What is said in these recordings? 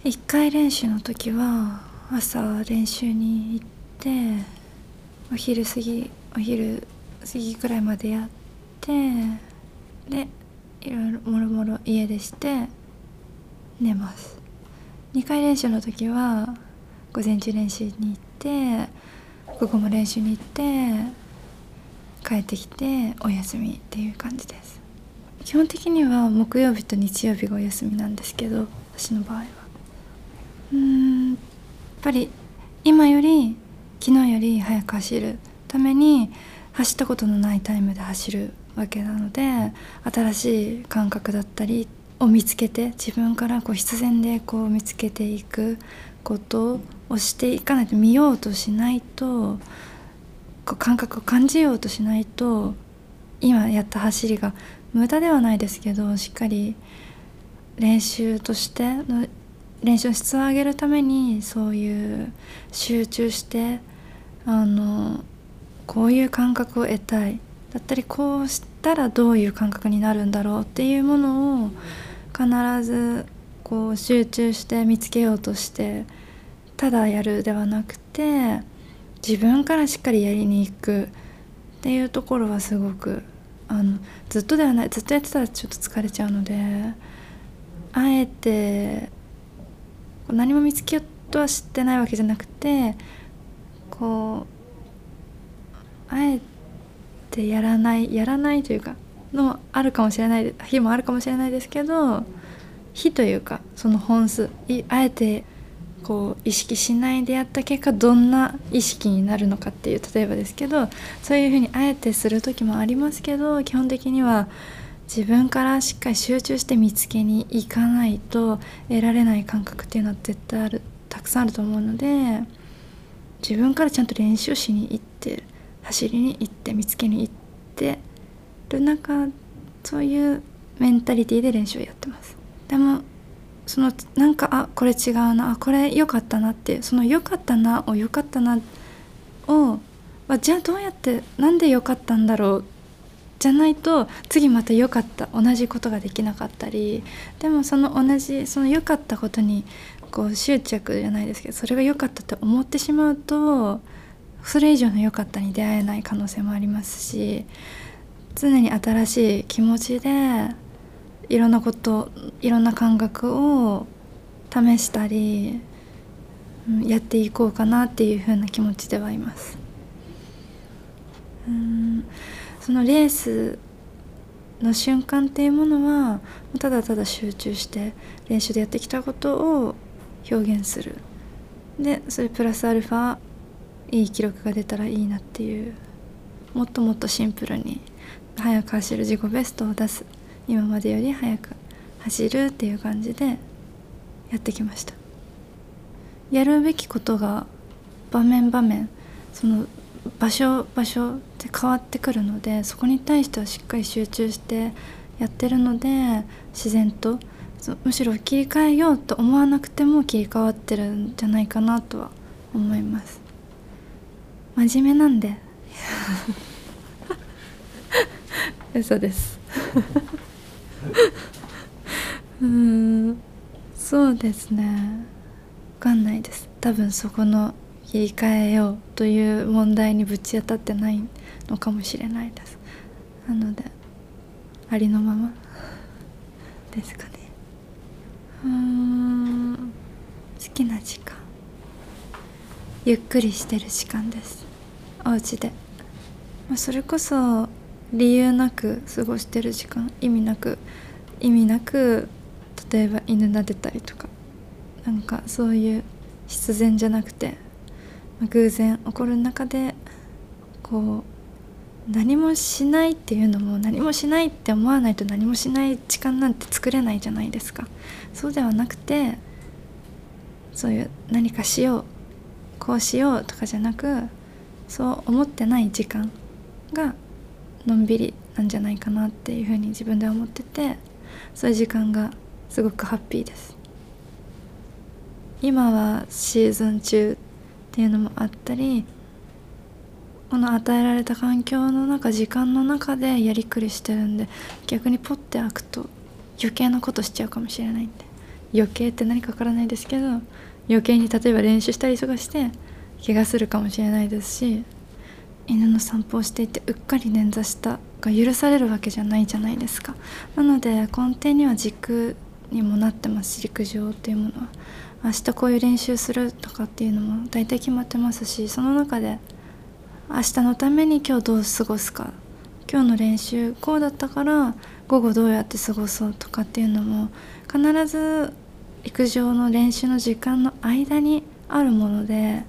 1回練習の時は朝練習に行って、お昼過ぎくらいまでやって、でいろいろもろもろ家出して寝ます。2回練習の時は午前中練習に行って、午後も練習に行って帰ってきてお休みっていう感じです。基本的には木曜日と日曜日がお休みなんですけど、私の場合はやっぱり今より昨日より早く走るために走ったことのないタイムで走るわけなので、新しい感覚だったりを見つけて、自分から必然で見つけていくことをしていかないと、見ようとしないと、感覚を感じようとしないと、今やった走りが無駄ではないですけど、しっかり練習としての練習の質を上げるために、そういう集中してこういう感覚を得たいだったり、こうしたらどういう感覚になるんだろうっていうものを必ず集中して見つけようとして、ただやるではなくて自分からしっかりやりに行くっていうところはすごくずっとではない、ずっとやってたらちょっと疲れちゃうので、あえて何も見つけようとはしてないわけじゃなくて、あえてやらないというかのあるかもしれない、日もあるかもしれないですけど、日というかその本数、あえて意識しないでやった結果どんな意識になるのかっていう、例えばですけど、そういうふうにあえてする時もありますけど、基本的には自分からしっかり集中して見つけに行かないと得られない感覚っていうのは絶対たくさんあると思うので、自分からちゃんと練習しに行って、走りに行って、見つけに行ってる中、そういうメンタリティで練習をやってます。でもこれ違うな、これ良かったなって、その良かったなをじゃあどうやって、なんで良かったんだろうじゃないと、次また良かった同じことができなかったり、でもその良かったことに執着じゃないですけど、それが良かったって思ってしまうと、それ以上の良かったに出会えない可能性もありますし、常に新しい気持ちでいろんなこといろんな感覚を試したり、やっていこうかなっていう風な気持ちではいます。そのレースの瞬間っていうものはただただ集中して練習でやってきたことを表現する、でそれプラスアルファいい記録が出たらいいなっていう、もっともっとシンプルに速く走る自己ベストを出す、今までより速く走るっていう感じでやってきました。やるべきことが場面場面、その場所って変わってくるので、そこに対してはしっかり集中してやってるので、自然とむしろ切り替えようと思わなくても切り替わってるんじゃないかなとは思います。真面目なんで嘘ですそうですね、分かんないです。多分そこの切り替えようという問題にぶち当たってないのかもしれないです。なのでありのままですかね。好きな時間、ゆっくりしてる時間です。お家で、それこそ理由なく過ごしてる時間、意味なく例えば犬撫でたりとか、そういう必然じゃなくて、偶然起こる中で何もしないっていうのも、何もしないって思わないと何もしない時間なんて作れないじゃないですか。そうではなくて、そういう何かしよう、こうしようとかじゃなく、そう思ってない時間がのんびりなんじゃないかなっていうふうに自分では思ってて、そういう時間がすごくハッピーです。今はシーズン中っていうのもあったり、この与えられた環境の中、時間の中でやりくりしてるんで、逆にポッて開くと余計なことしちゃうかもしれないんで、 余計って何かわからないですけど、余計に例えば練習したりとかして怪我するかもしれないですし、犬の散歩をしていてうっかり捻挫したが許されるわけじゃないじゃないですか。なので根底には軸にもなってますし、陸上っていうものは明日こういう練習するとかっていうのも大体決まってますし、その中で明日のために今日どう過ごすか、今日の練習こうだったから午後どうやって過ごそうとかっていうのも必ず陸上の練習の時間の間にあるもので、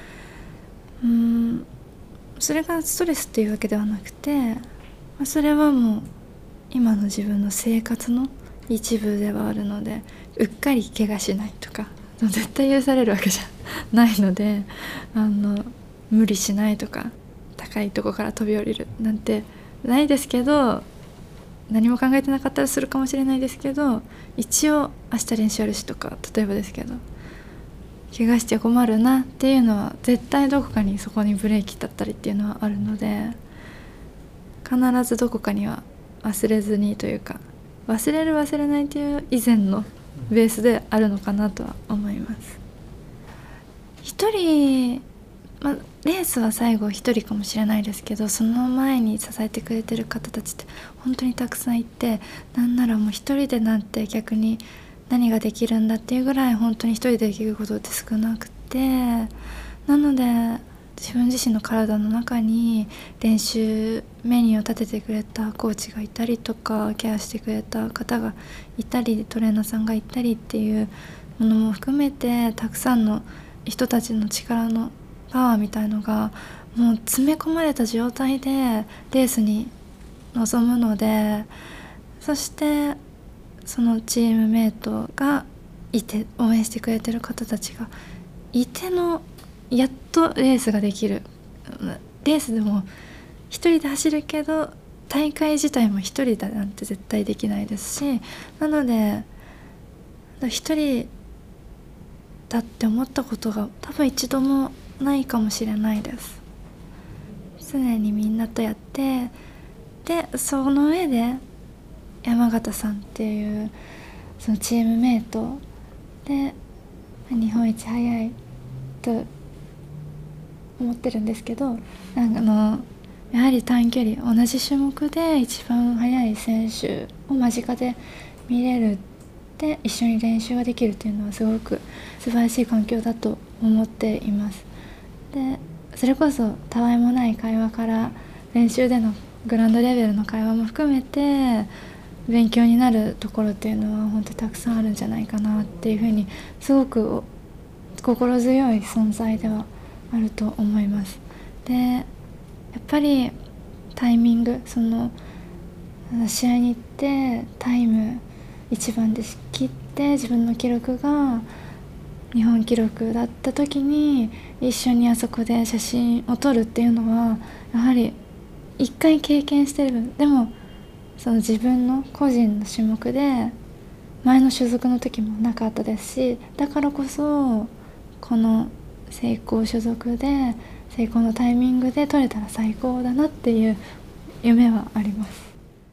それがストレスっていうわけではなくて、それはもう今の自分の生活の一部ではあるので、うっかり怪我しないとか絶対許されるわけじゃないので、無理しないとか高いとこから飛び降りるなんてないですけど、何も考えてなかったらするかもしれないですけど、一応明日練習あるしとか、例えばですけど怪我して困るなっていうのは絶対どこかにそこにブレーキだったりっていうのはあるので、必ずどこかには忘れずにというか、忘れる忘れないっていう以前のベースであるのかなとは思います。一人、レースは最後一人かもしれないですけど、その前に支えてくれてる方たちって本当にたくさんいて、なんならもう一人でなんて逆に何ができるんだっていうぐらい本当に一人でできることって少なくて、なので自分自身の体の中に練習メニューを立ててくれたコーチがいたりとか、ケアしてくれた方がいたり、トレーナーさんがいたりっていうものも含めて、たくさんの人たちの力のパワーみたいのがもう詰め込まれた状態でレースに臨むので、そしてそのチームメイトがいて応援してくれてる方たちがいてのやっとレースができる。レースでも一人で走るけど大会自体も一人だなんて絶対できないですし、なので一人だって思ったことが多分一度もないかもしれないです。常にみんなとやって、でその上で山形さんっていうそのチームメイトで日本一速いと思ってるんですけど、やはり短距離同じ種目で一番速い選手を間近で見れるで一緒に練習ができるっていうのはすごく素晴らしい環境だと思っています。でそれこそたわいもない会話から練習でのグラウンドレベルの会話も含めて勉強になるところっていうのは本当にたくさんあるんじゃないかなっていうふうに、すごく心強い存在ではあると思います。でやっぱりタイミング、その試合に行ってタイム一番で切って自分の記録が日本記録だった時に一緒にあそこで写真を撮るっていうのはやはり一回経験してる分、でもその自分の個人の種目で前の所属の時もなかったですし、だからこそこの成功所属で成功のタイミングで撮れたら最高だなっていう夢はあります。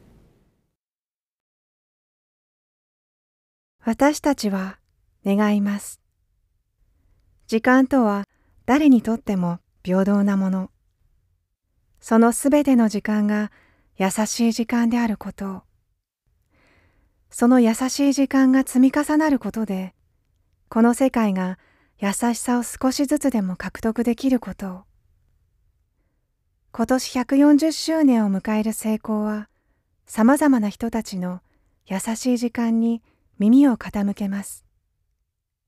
私たちは願います。時間とは誰にとっても平等なもの。そのすべての時間が優しい時間であることを。その優しい時間が積み重なることで、この世界が優しさを少しずつでも獲得できることを。今年140周年を迎える成功は、さまざまな人たちの優しい時間に耳を傾けます。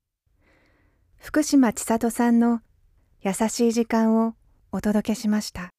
福島千里さんの優しい時間をお届けしました。